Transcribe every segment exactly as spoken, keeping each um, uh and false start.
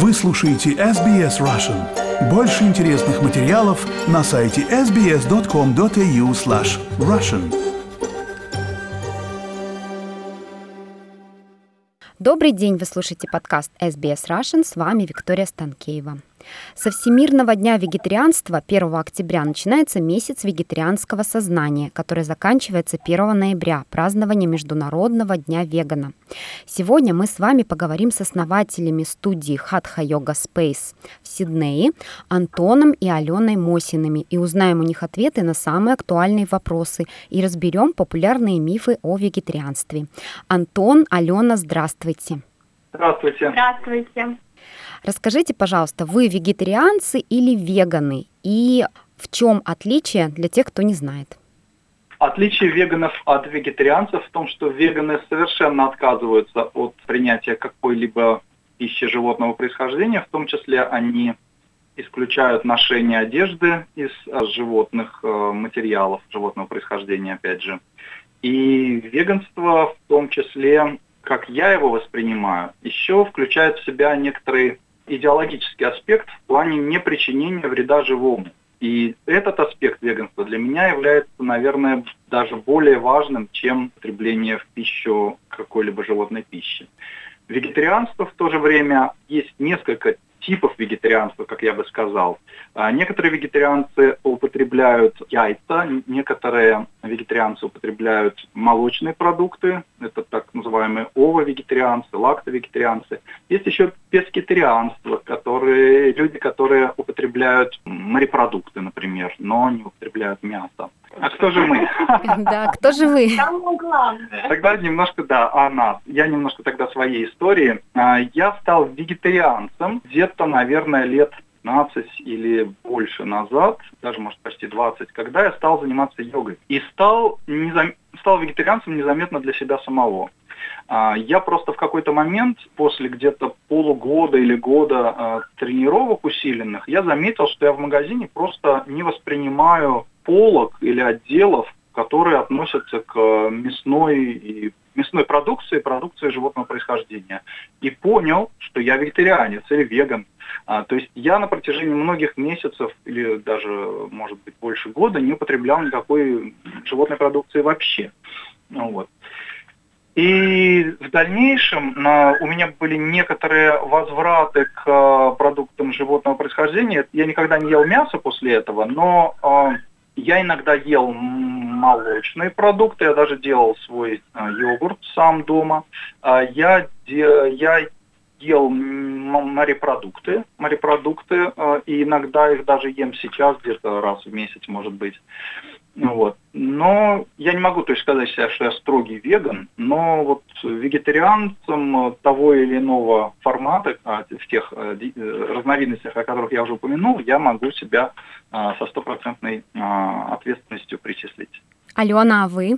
Вы слушаете эс би эс Russian. Больше интересных материалов на сайте эс би эс точка ком точка эй ю слэш Russian. Добрый день, вы слушаете подкаст эс би эс Russian, с вами Виктория Станкеева. Со Всемирного дня вегетарианства первого октября начинается месяц вегетарианского сознания, который заканчивается первого ноября, празднование Международного дня вегана. Сегодня мы с вами поговорим с основателями студии Hatha Yoga Space в Сиднее Антоном и Аленой Мосиными и узнаем у них ответы на самые актуальные вопросы и разберем популярные мифы о вегетарианстве. Антон, Алена, здравствуйте. Здравствуйте. Здравствуйте. Расскажите, пожалуйста, вы вегетарианцы или веганы? И в чем отличие для тех, кто не знает? Отличие веганов от вегетарианцев в том, что веганы совершенно отказываются от принятия какой-либо пищи животного происхождения, в том числе они исключают ношение одежды из животных материалов, животного происхождения, опять же. И веганство в том числе, как я его воспринимаю, еще включает в себя некоторые идеологический аспект в плане непричинения вреда живому. И этот аспект веганства для меня является, наверное, даже более важным, чем потребление в пищу какой-либо животной пищи. Вегетарианство в то же время есть несколько типов вегетарианства, как я бы сказал. Некоторые вегетарианцы употребляют яйца, некоторые вегетарианцы употребляют молочные продукты, это так называемые ово-вегетарианцы, лакто-вегетарианцы. Есть еще пескетарианство, которые, люди, которые употребляют морепродукты, например, но не употребляют мясо. А кто же мы? Да, кто же вы? Самое главное. Тогда немножко, да, о нас. Я немножко тогда своей истории. Я стал вегетарианцем где-то, наверное, лет пятнадцать или больше назад, даже, может, почти двадцать, когда я стал заниматься йогой. И стал, незам... стал вегетарианцем незаметно для себя самого. Я просто в какой-то момент, после где-то полугода или года тренировок усиленных, я заметил, что я в магазине просто не воспринимаю полок или отделов, которые относятся к мясной и мясной продукции, продукции животного происхождения. И понял, что я вегетарианец или веган. А, то есть я на протяжении многих месяцев или даже, может быть, больше года не употреблял никакой животной продукции вообще. Ну, вот. И в дальнейшем на, у меня были некоторые возвраты к а, продуктам животного происхождения. Я никогда не ел мясо после этого, но а, я иногда ел молочные продукты, я даже делал свой а, йогурт сам дома. А, я, де, я ел морепродукты, морепродукты а, и иногда их даже ем сейчас, где-то раз в месяц, может быть. Вот. Но я не могу то есть, сказать себя, что я строгий веган, но вот вегетарианцем того или иного формата, в тех разновидностях, о которых я уже упомянул, я могу себя со стопроцентной ответственностью причислить. Алена, а вы?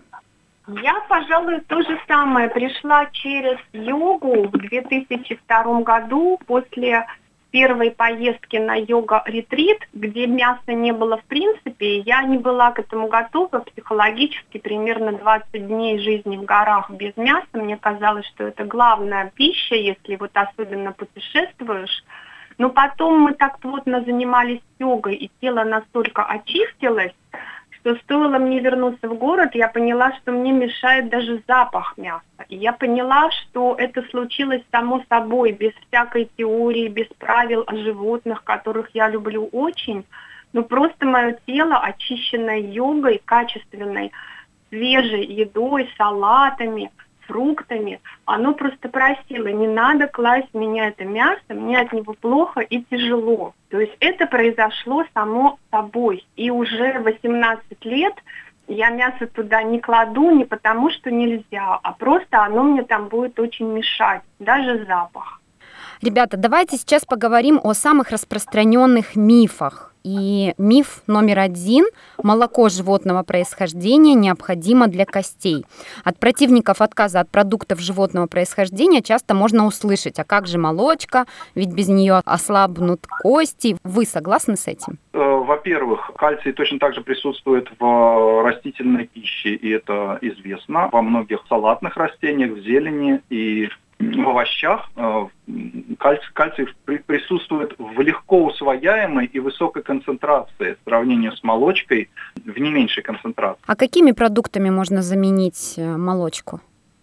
Я, пожалуй, то же самое. Пришла через йогу в две тысячи втором году после первой поездки на йога-ретрит, где мяса не было в принципе. Я не была к этому готова психологически. Примерно двадцать дней жизни в горах без мяса. Мне казалось, что это главная пища, если вот особенно путешествуешь. Но потом мы так плотно занимались йогой, и тело настолько очистилось, что стоило мне вернуться в город, я поняла, что мне мешает даже запах мяса. И я поняла, что это случилось само собой, без всякой теории, без правил о животных, которых я люблю очень. Но просто мое тело, очищенное йогой, качественной, свежей едой, салатами, фруктами, оно просто просило, не надо класть в меня это мясо, мне от него плохо и тяжело. То есть это произошло само собой. И уже восемнадцать лет я мясо туда не кладу не потому, что нельзя, а просто оно мне там будет очень мешать, даже запах. Ребята, давайте сейчас поговорим о самых распространенных мифах. И миф номер один – молоко животного происхождения необходимо для костей. От противников отказа от продуктов животного происхождения часто можно услышать: а как же молочка, ведь без нее ослабнут кости. Вы согласны с этим? Во-первых, кальций точно так же присутствует в растительной пище, и это известно, во многих салатных растениях, в зелени и в овощах. кальций, кальций при, присутствует в легко усвояемой и высокой концентрации в сравнении с молочкой в не меньшей концентрации. А какими продуктами можно заменить молочку?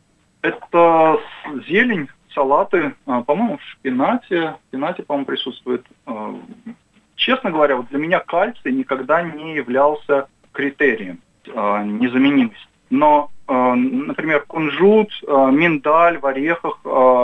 Это зелень, салаты, по-моему, в шпинате, в шпинате, по-моему, присутствует. Честно говоря, вот для меня кальций никогда не являлся критерием незаменимости. Но, например, кунжут, миндаль в орехах,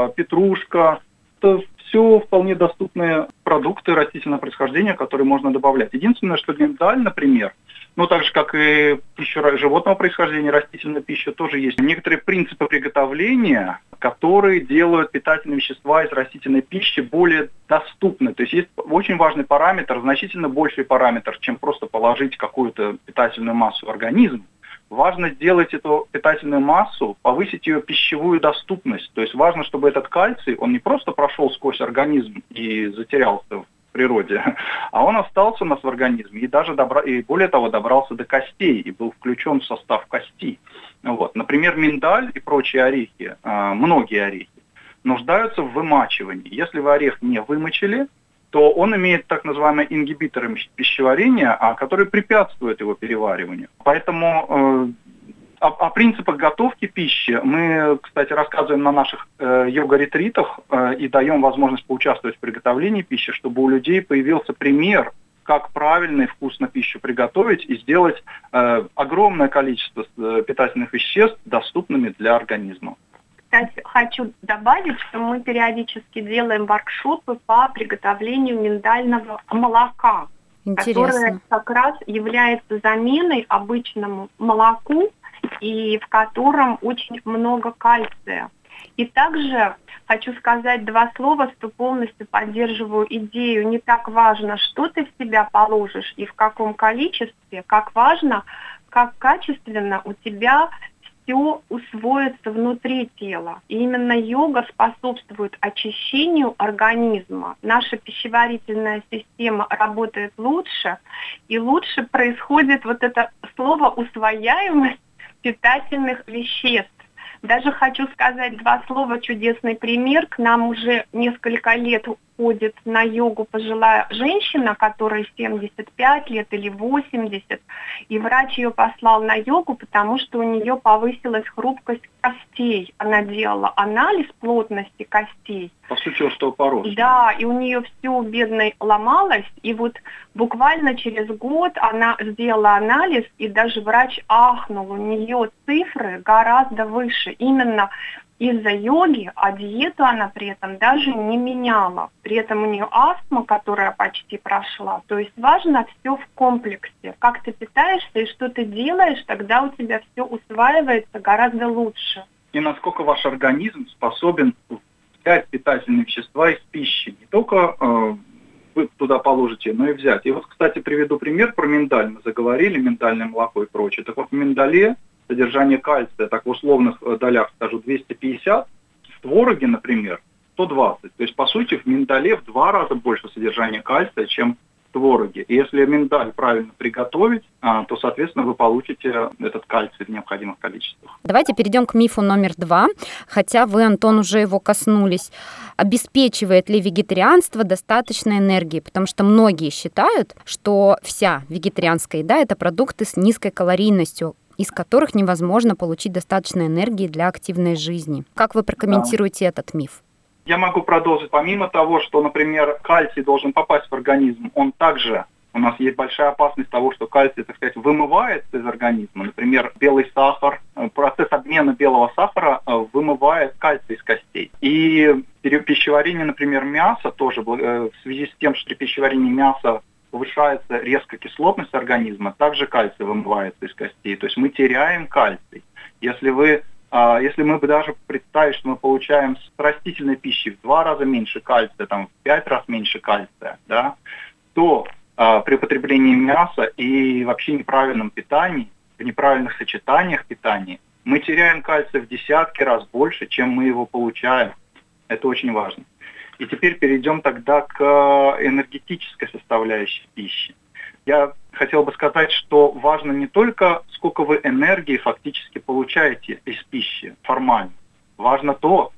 петрушка – это все вполне доступные продукты растительного происхождения, которые можно добавлять. Единственное, что миндаль, например, ну, так же, как и пища животного происхождения, растительная пища, тоже есть некоторые принципы приготовления, которые делают питательные вещества из растительной пищи более доступны. То есть есть очень важный параметр, значительно больший параметр, чем просто положить какую-то питательную массу в организм. Важно сделать эту питательную массу, повысить ее пищевую доступность. То есть важно, чтобы этот кальций, он не просто прошел сквозь организм и затерялся в природе, а он остался у нас в организме и даже добра... и более того добрался до костей и был включен в состав кости. Вот. Например, миндаль и прочие орехи, многие орехи, нуждаются в вымачивании. Если вы орех не вымочили, то он имеет так называемые ингибиторы пищеварения, которые препятствуют его перевариванию. Поэтому э, о, о принципах готовки пищи мы, кстати, рассказываем на наших э, йога-ретритах э, и даем возможность поучаствовать в приготовлении пищи, чтобы у людей появился пример, как правильно и вкусно пищу приготовить и сделать э, огромное количество э, питательных веществ доступными для организма. Кстати, хочу добавить, что мы периодически делаем воркшопы по приготовлению миндального молока, Интересно. Которое как раз является заменой обычному молоку и в котором очень много кальция. И также хочу сказать два слова, что полностью поддерживаю идею. Не так важно, что ты в себя положишь и в каком количестве, как важно, как качественно у тебя все усвоится внутри тела. И именно йога способствует очищению организма. Наша пищеварительная система работает лучше, и лучше происходит вот это слово «усвояемость» питательных веществ. Даже хочу сказать два слова, чудесный пример. К нам уже несколько лет ходит на йогу пожилая женщина, которой семьдесят пять лет или восемьдесят. И врач ее послал на йогу, потому что у нее повысилась хрупкость костей. Она делала анализ плотности костей. По сути, остеопороз. Да, и у нее все у бедной ломалось. И вот буквально через год она сделала анализ, и даже врач ахнул. У нее цифры гораздо выше. Именно из-за йоги, а диету она при этом даже не меняла. При этом у нее астма, которая почти прошла. То есть важно все в комплексе. Как ты питаешься и что ты делаешь, тогда у тебя все усваивается гораздо лучше. И насколько ваш организм способен взять питательные вещества из пищи. Не только э, вы туда положите, но и взять. И вот, кстати, приведу пример про миндаль. Мы заговорили, миндальное молоко и прочее. Так вот, в миндале содержание кальция, так в условных долях скажу, двести пятьдесят, в твороге, например, сто двадцать. То есть, по сути, в миндале в два раза больше содержания кальция, чем в твороге. И если миндаль правильно приготовить, то, соответственно, вы получите этот кальций в необходимых количествах. Давайте перейдем к мифу номер два, хотя вы, Антон, уже его коснулись. Обеспечивает ли вегетарианство достаточно энергии? Потому что многие считают, что вся вегетарианская еда – это продукты с низкой калорийностью, из которых невозможно получить достаточно энергии для активной жизни. Как вы прокомментируете да. этот миф? Я могу продолжить. Помимо того, что, например, кальций должен попасть в организм, он также, у нас есть большая опасность того, что кальций, так сказать, вымывается из организма. Например, белый сахар, процесс обмена белого сахара вымывает кальций из костей. И при пищеварении, например, мяса тоже, в связи с тем, что при пищеварении мяса повышается резко кислотность организма, также кальций вымывается из костей. То есть мы теряем кальций. Если вы, если мы бы даже представили, что мы получаем с растительной пищи в два раза меньше кальция, там, в пять раз меньше кальция, да, то при употреблении мяса и вообще неправильном питании, в неправильных сочетаниях питания, мы теряем кальций в десятки раз больше, чем мы его получаем. Это очень важно. И теперь перейдем тогда к энергетической составляющей пищи. Я хотел бы сказать, что важно не только, сколько вы энергии фактически получаете из пищи формально. Важно то,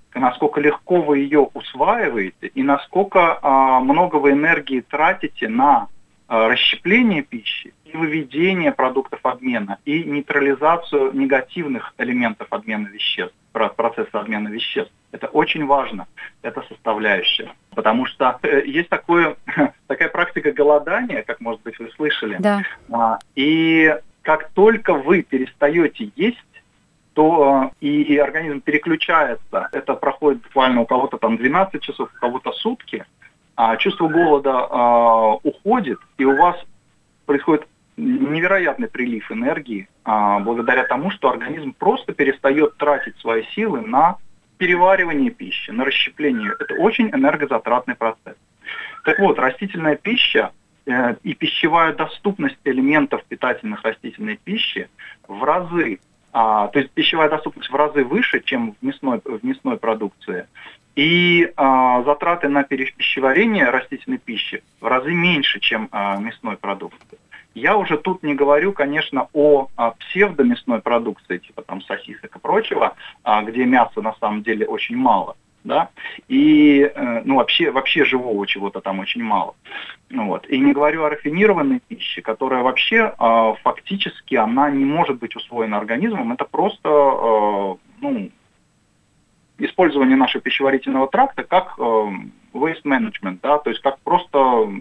насколько легко вы ее усваиваете и насколько а, много вы энергии тратите на а, расщепление пищи и выведение продуктов обмена и нейтрализацию негативных элементов обмена веществ, процесса обмена веществ. Это очень важно, эта составляющая. Потому что э, есть такое, такая практика голодания, как, может быть, вы слышали. Да. А, и как только вы перестаете есть, то э, и организм переключается. Это проходит буквально у кого-то там двенадцать часов, у кого-то сутки. А чувство голода э, уходит, и у вас происходит невероятный прилив энергии э, благодаря тому, что организм просто перестает тратить свои силы на переваривание пищи, на расщепление. Это очень энергозатратный процесс. Так вот, растительная пища э, и пищевая доступность элементов питательных растительной пищи в разы, а, то есть пищевая доступность в разы выше, чем в мясной, в мясной продукции, и а, затраты на пищеварение растительной пищи в разы меньше, чем а, мясной продукции. Я уже тут не говорю, конечно, о, о псевдомясной продукции, типа там сосисок и прочего, а, где мяса на самом деле очень мало, да, и э, ну вообще вообще живого чего-то там очень мало, вот. И не говорю о рафинированной пище, которая вообще э, фактически она не может быть усвоена организмом, это просто э, ну использование нашего пищеварительного тракта как э, waste management, да, то есть как просто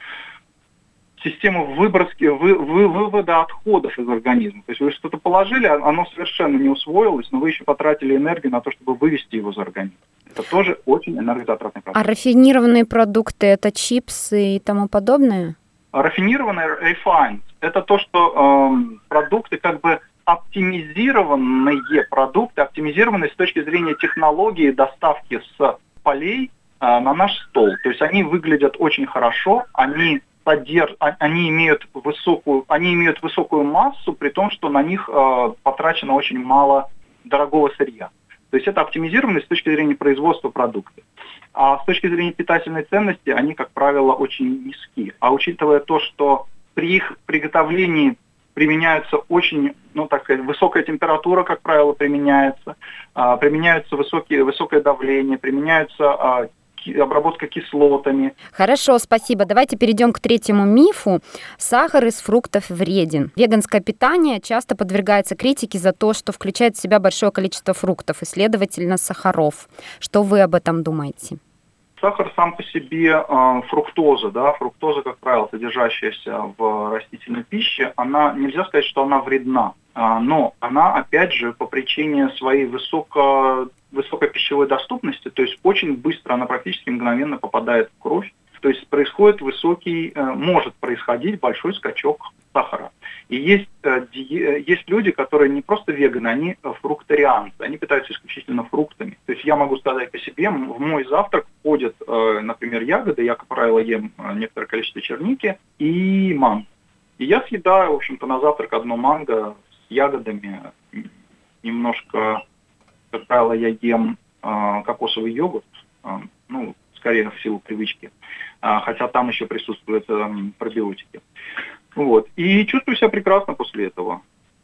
систему выброски, вы, вы, вывода отходов из организма. То есть вы что-то положили, оно совершенно не усвоилось, но вы еще потратили энергию на то, чтобы вывести его из организма. Это тоже очень энергозатратный процесс. А рафинированные продукты – это чипсы и тому подобное? Рафинированные, refined, это то, что э, продукты как бы оптимизированные продукты, оптимизированные с точки зрения технологии доставки с полей э, на наш стол. То есть они выглядят очень хорошо, они содерж... они имеют высокую, они имеют высокую массу, при том, что на них э, потрачено очень мало дорогого сырья. То есть это оптимизированность с точки зрения производства продукта. А с точки зрения питательной ценности они, как правило, очень низки. А учитывая то, что при их приготовлении применяются очень, ну так сказать, высокая температура, как правило, применяется, а, применяются высокие, высокое давление, применяются а, обработка кислотами. Хорошо, спасибо. Давайте перейдем к третьему мифу. Сахар из фруктов вреден. Веганское питание часто подвергается критике за то, что включает в себя большое количество фруктов и, следовательно, сахаров. Что вы об этом думаете? Сахар сам по себе, э, фруктоза, да, фруктоза, как правило, содержащаяся в растительной пище, она, нельзя сказать, что она вредна, э, но она, опять же, по причине своей высоко, высокой пищевой доступности, то есть очень быстро, она практически мгновенно попадает в кровь, то есть происходит высокий, э, может происходить большой скачок сахара. И есть, э, ди, есть люди, которые не просто веганы, они фруктарианцы, они питаются исключительно фруктами. То есть я могу сказать по себе, в мой завтрак входят, э, например, ягоды, я, как правило, ем некоторое количество черники и манго. И я съедаю, в общем-то, на завтрак одно манго с ягодами, немножко, как правило, я ем э, кокосовый йогурт, э, ну, скорее в силу привычки, э, хотя там еще присутствуют э, пробиотики. Вот. И чувствую себя прекрасно после этого.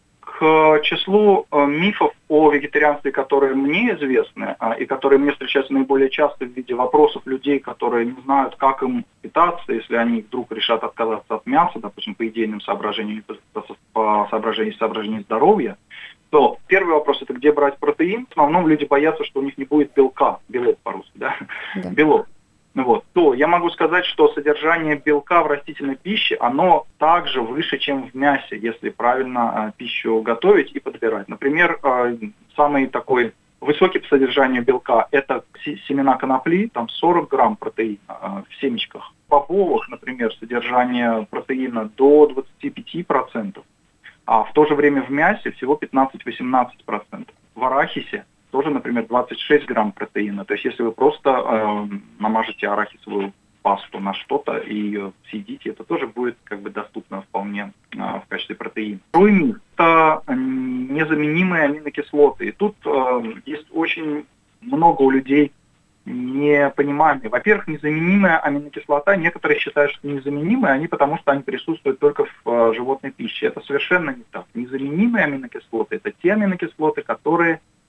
К числу э, мифов о вегетарианстве, которые мне известны, э, и которые мне встречаются наиболее часто в виде вопросов людей, которые не знают, как им питаться, если они вдруг решат отказаться от мяса, допустим, по идейным соображениям, по, по, по соображениям, соображениям здоровья, то первый вопрос – это где брать протеин. В основном люди боятся, что у них не будет белка, белок по-русски, да, да. белок. Вот, то я могу сказать, что содержание белка в растительной пище, оно также выше, чем в мясе, если правильно э, пищу готовить и подбирать. Например, э, самый такой высокий по содержанию белка – это семена конопли, там сорок грамм протеина э, в семечках. В бобовых, например, содержание протеина до двадцати пяти процентов, а в то же время в мясе всего пятнадцать-восемнадцать процентов. В арахисе тоже, например, двадцать шесть грамм протеина. То есть если вы просто э, намажете арахисовую пасту на что-то и ее съедите, это тоже будет как бы доступно вполне э, в качестве протеина. Второй миф – это незаменимые аминокислоты. И тут э, есть очень много у людей непонимания. Во-первых, незаменимая аминокислота, некоторые считают, что незаменимые, они потому что они присутствуют только в э, животной пище. Это совершенно не так. Незаменимые аминокислоты – это те аминокислоты, которые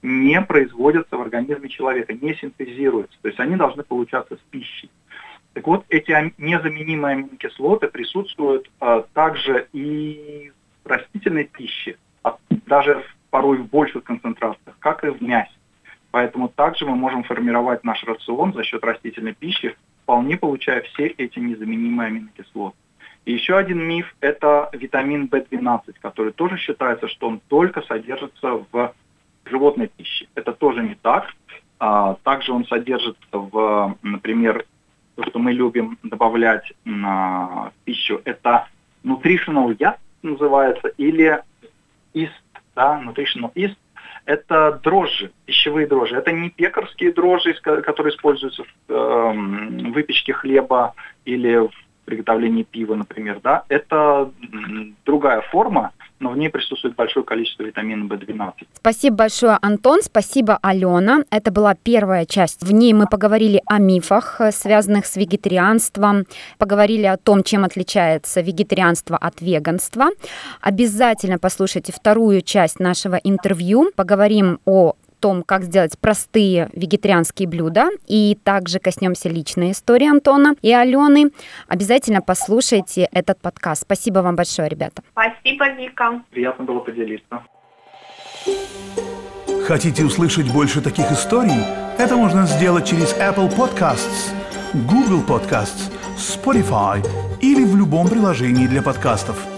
не производятся в организме человека, не синтезируются. То есть они должны получаться с пищей. Так вот, эти незаменимые аминокислоты присутствуют а, также и в растительной пище, а даже порой в больших концентрациях, как и в мясе. Поэтому также мы можем формировать наш рацион за счет растительной пищи, вполне получая все эти незаменимые аминокислоты. И еще один миф – это витамин бэ двенадцать, который тоже считается, что он только содержится в животной пище. Это тоже не так. А, также он содержится в, например, то, что мы любим добавлять на пищу, это nutritional yeast называется, или yeast, да, nutritional yeast. Это дрожжи, пищевые дрожжи. Это не пекарские дрожжи, которые используются в э, выпечке хлеба или в приготовлении пива, например. Да? Это другая форма, но в ней присутствует большое количество витамина бэ двенадцать. Спасибо большое, Антон. Спасибо, Алена. Это была первая часть. В ней мы поговорили о мифах, связанных с вегетарианством, поговорили о том, чем отличается вегетарианство от веганства. Обязательно послушайте вторую часть нашего интервью. Поговорим о том, как сделать простые вегетарианские блюда, и также коснемся личной истории Антона и Алены. Обязательно послушайте этот подкаст. Спасибо вам большое, ребята. Спасибо, Вика. Приятно было поделиться. Хотите услышать больше таких историй? Это можно сделать через Apple Podcasts, Google Podcasts, Spotify или в любом приложении для подкастов.